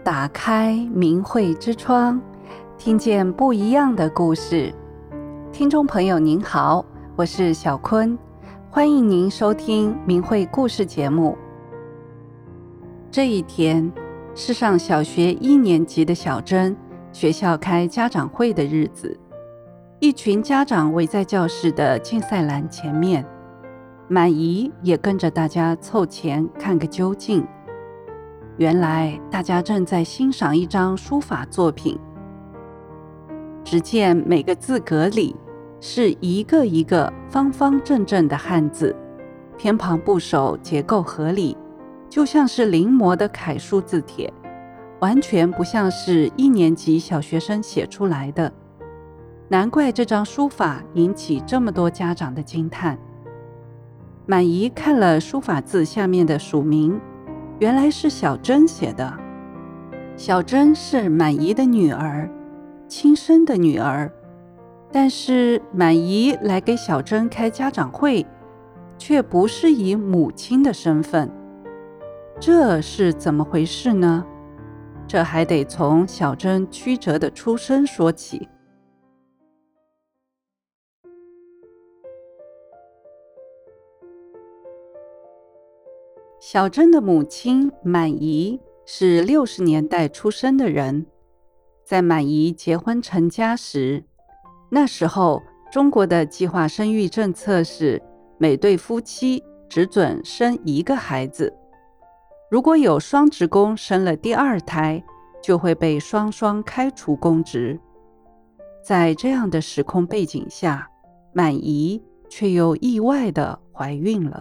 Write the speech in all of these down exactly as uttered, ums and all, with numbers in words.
打开明慧之窗，听见不一样的故事。听众朋友您好，我是小坤，欢迎您收听明慧故事节目。这一天是上小学一年级的小珍学校开家长会的日子，一群家长围在教室的竞赛栏前面，满姨也跟着大家凑前看个究竟。原来大家正在欣赏一张书法作品，只见每个字格里是一个一个方方正正的汉字，偏旁部首结构合理，就像是临摹的楷书字帖，完全不像是一年级小学生写出来的。难怪这张书法引起这么多家长的惊叹。满姨看了书法字下面的署名，原来是小珍写的。小珍是满姨的女儿，亲生的女儿，但是满姨来给小珍开家长会，却不是以母亲的身份，这是怎么回事呢？这还得从小珍曲折的出生说起。小珍的母亲满姨是六十年代出生的人，在满姨结婚成家时，那时候中国的计划生育政策是每对夫妻只准生一个孩子，如果有双职工生了第二胎，就会被双双开除公职。在这样的时空背景下，满姨却又意外地怀孕了。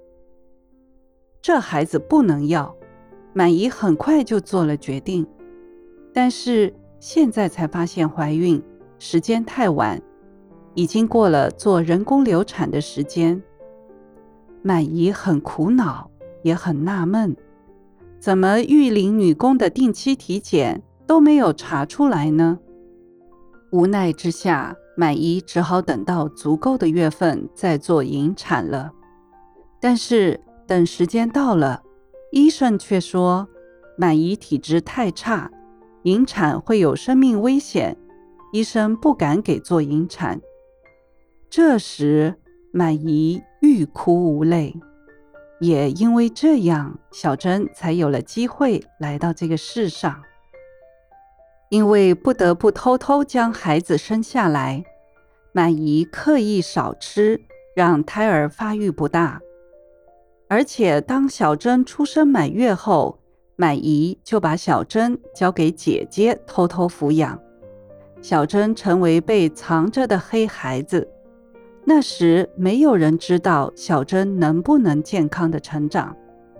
这孩子不能要，满姨很快就做了决定，但是现在才发现怀孕，时间太晚，已经过了做人工流产的时间。满姨很苦恼，也很纳闷，怎么育龄女工的定期体检都没有查出来呢？无奈之下，满姨只好等到足够的月份再做引产了。但是等时间到了，医生却说满姨体质太差，引产会有生命危险，医生不敢给做引产。这时满姨欲哭无泪，也因为这样，小珍才有了机会来到这个世上。因为不得不偷偷将孩子生下来，满姨刻意少吃，让胎儿发育不大。而且当小珍出生满月后，满姨就把小珍交给姐姐偷偷抚养，小珍成为被藏着的黑孩子。那时没有人知道小珍能不能健康的成长。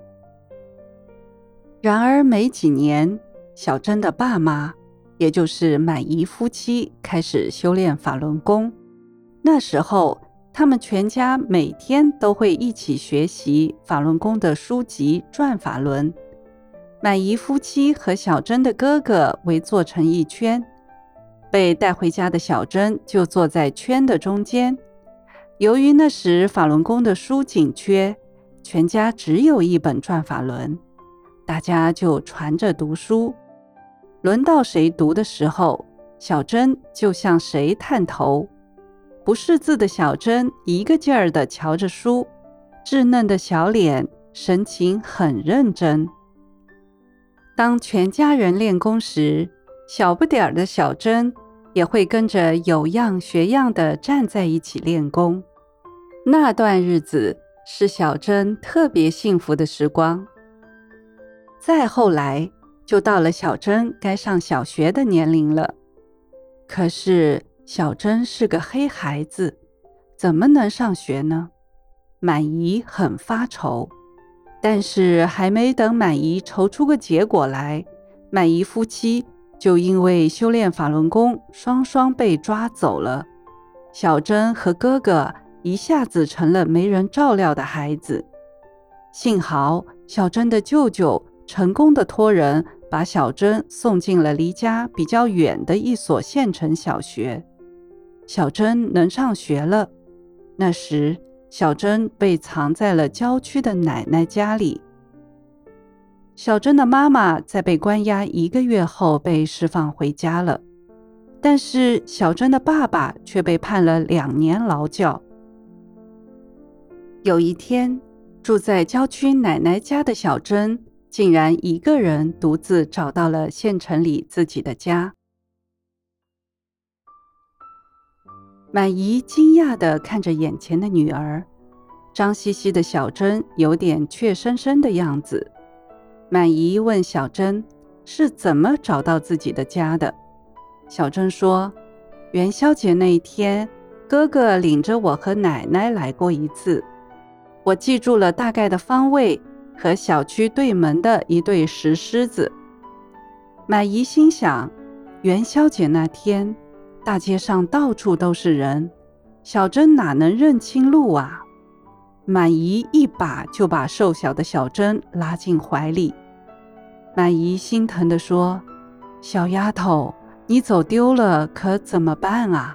然而没几年，小珍的爸妈，也就是满姨夫妻，开始修炼法轮功。那时候他们全家每天都会一起学习法轮功的书籍转法轮。满姨夫妻和小珍的哥哥围坐成一圈，被带回家的小珍就坐在圈的中间。由于那时法轮功的书紧缺，全家只有一本转法轮，大家就传着读书。轮到谁读的时候，小珍就向谁探头。不识字的小珍一个劲儿地瞧着书，稚嫩的小脸，神情很认真。当全家人练功时，小不点儿的小珍也会跟着有样学样地站在一起练功。那段日子是小珍特别幸福的时光。再后来，就到了小珍该上小学的年龄了。可是小珍是个黑孩子，怎么能上学呢？满姨很发愁，但是还没等满姨愁出个结果来，满姨夫妻就因为修炼法轮功，双双被抓走了。小珍和哥哥一下子成了没人照料的孩子。幸好小珍的舅舅成功的托人把小珍送进了离家比较远的一所县城小学。小珍能上学了。那时小珍被藏在了郊区的奶奶家里。 小珍的妈妈在被关押一个月后被释放回家了，但是小珍的爸爸却被判了两年劳教。有一天，住在郊区奶奶家的小珍竟然一个人独自找到了县城里自己的家。满姨惊讶地看着眼前的女儿，脏兮兮的小珍有点怯生生的样子。满姨问小珍是怎么找到自己的家的。小珍说，元宵节那一天，哥哥领着我和奶奶来过一次，我记住了大概的方位和小区对门的一对石狮子。满姨心想，元宵节那天大街上到处都是人，小珍哪能认清路啊？满姨一把就把瘦小的小珍拉进怀里。满姨心疼地说，小丫头，你走丢了可怎么办啊？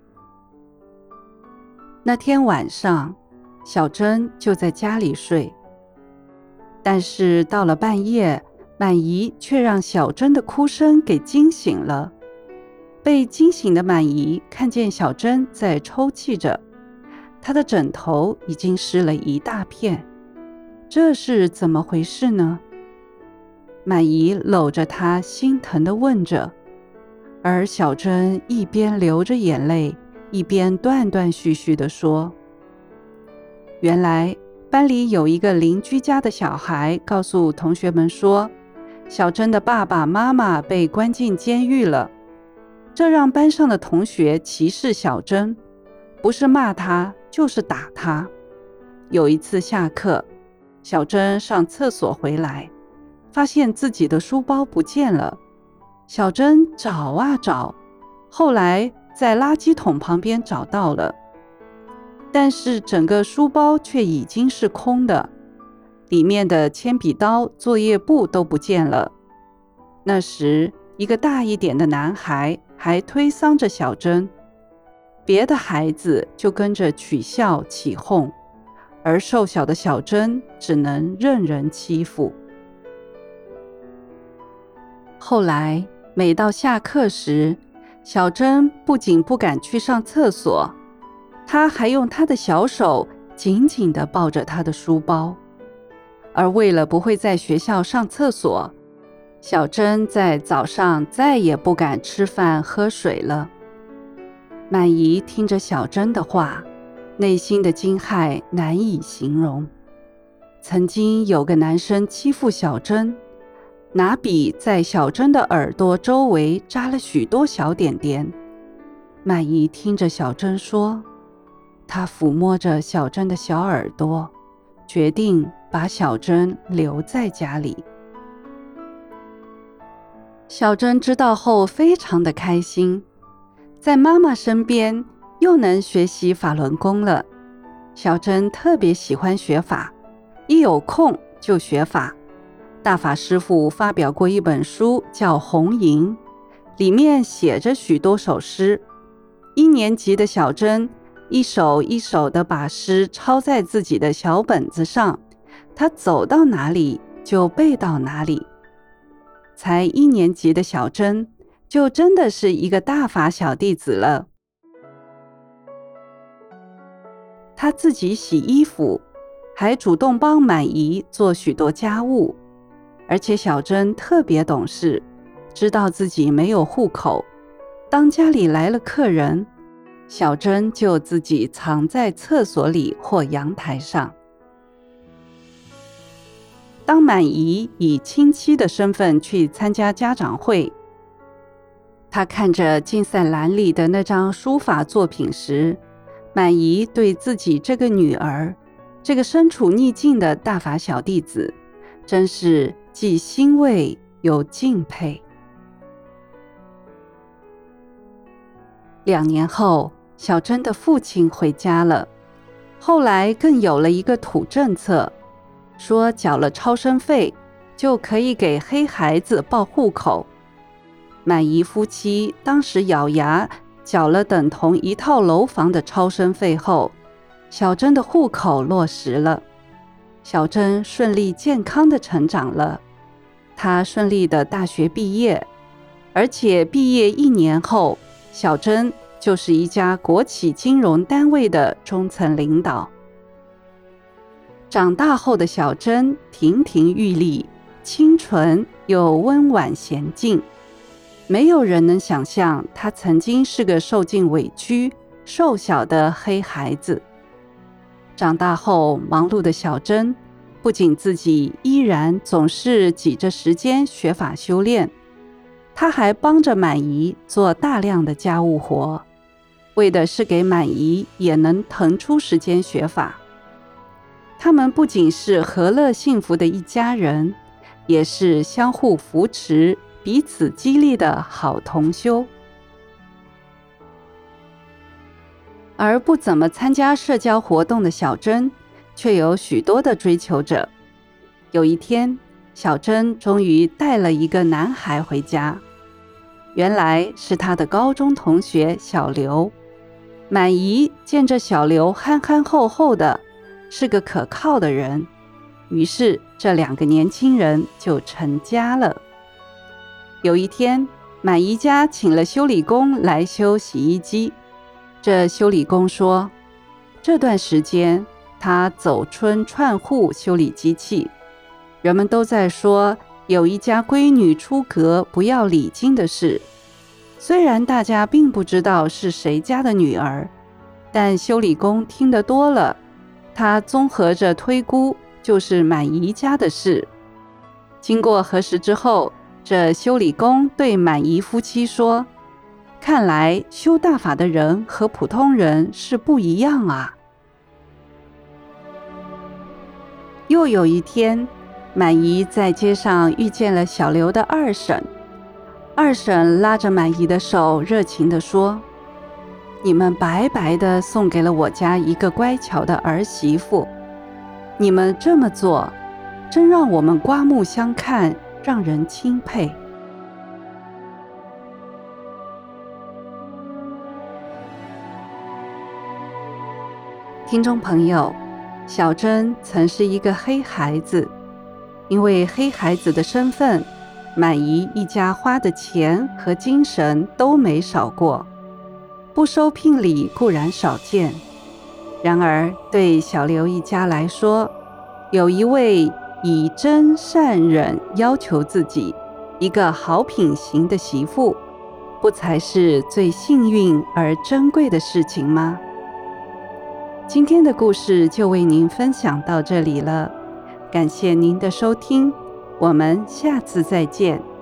那天晚上，小珍就在家里睡，但是到了半夜，满姨却让小珍的哭声给惊醒了。被惊醒的满姨看见小珍在抽泣着，她的枕头已经湿了一大片，这是怎么回事呢？满姨搂着她心疼地问着，而小珍一边流着眼泪，一边断断续续地说，原来班里有一个邻居家的小孩告诉同学们说，小珍的爸爸妈妈被关进监狱了，这让班上的同学歧视小珍，不是骂她就是打她。有一次下课，小珍上厕所回来，发现自己的书包不见了。小珍找啊找，后来在垃圾桶旁边找到了，但是整个书包却已经是空的，里面的铅笔刀、作业簿都不见了。那时，一个大一点的男孩还推搡着小珍，别的孩子就跟着取笑起哄，而瘦小的小珍只能任人欺负。后来每到下课时，小珍不仅不敢去上厕所，她还用她的小手紧紧地抱着她的书包。而为了不会在学校上厕所，小珍在早上再也不敢吃饭喝水了。满姨听着小珍的话，内心的惊骇难以形容。曾经有个男生欺负小珍，拿笔在小珍的耳朵周围扎了许多小点点。满姨听着小珍说，她抚摸着小珍的小耳朵，决定把小珍留在家里。小珍知道后非常的开心，在妈妈身边又能学习法轮功了。小珍特别喜欢学法，一有空就学法。大法师父发表过一本书叫《红银》，里面写着许多首诗。一年级的小珍一首一首地把诗抄在自己的小本子上，她走到哪里就背到哪里。才一年级的小珍就真的是一个大法小弟子了。她自己洗衣服，还主动帮满姨做许多家务。而且小珍特别懂事，知道自己没有户口，当家里来了客人，小珍就自己藏在厕所里或阳台上。当满姨以亲戚的身份去参加家长会，她看着竞赛栏里的那张书法作品时，满姨对自己这个女儿，这个身处逆境的大法小弟子，真是既欣慰又敬佩。两年后，小珍的父亲回家了，后来更有了一个土政策，说缴了超生费就可以给黑孩子报户口。满姨夫妻当时咬牙缴了等同一套楼房的超生费后，小珍的户口落实了，小珍顺利健康地成长了， 她顺利的大学毕业，而且毕业一年后，小珍就是一家国企金融单位的中层领导。长大后的小珍亭亭玉立，清纯又温婉娴静，没有人能想象她曾经是个受尽委屈、瘦小的黑孩子。长大后忙碌的小珍，不仅自己依然总是挤着时间学法修炼，她还帮着满姨做大量的家务活，为的是给满姨也能腾出时间学法。他们不仅是和乐幸福的一家人，也是相互扶持、彼此激励的好同修。而不怎么参加社交活动的小珍，却有许多的追求者。有一天，小珍终于带了一个男孩回家，原来是她的高中同学小刘。满姨见着小刘憨憨厚厚的，是个可靠的人，于是这两个年轻人就成家了。有一天，满姨家请了修理工来修洗衣机。这修理工说，这段时间他走村串户修理机器，人们都在说有一家闺女出阁不要礼金的事。虽然大家并不知道是谁家的女儿，但修理工听得多了，他综合着推估，就是满姨家的事。经过核实之后，这修理工对满姨夫妻说，看来修大法的人和普通人是不一样啊。又有一天，满姨在街上遇见了小刘的二婶。二婶拉着满姨的手，热情地说，你们白白地送给了我家一个乖巧的儿媳妇，你们这么做，真让我们刮目相看，让人钦佩。听众朋友，小珍曾是一个黑孩子，因为黑孩子的身份，满姨一家花的钱和精神都没少过。不收聘礼固然少见，然而对小刘一家来说，有一位以真善忍要求自己，一个好品行的媳妇，不才是最幸运而珍贵的事情吗？今天的故事就为您分享到这里了，感谢您的收听，我们下次再见。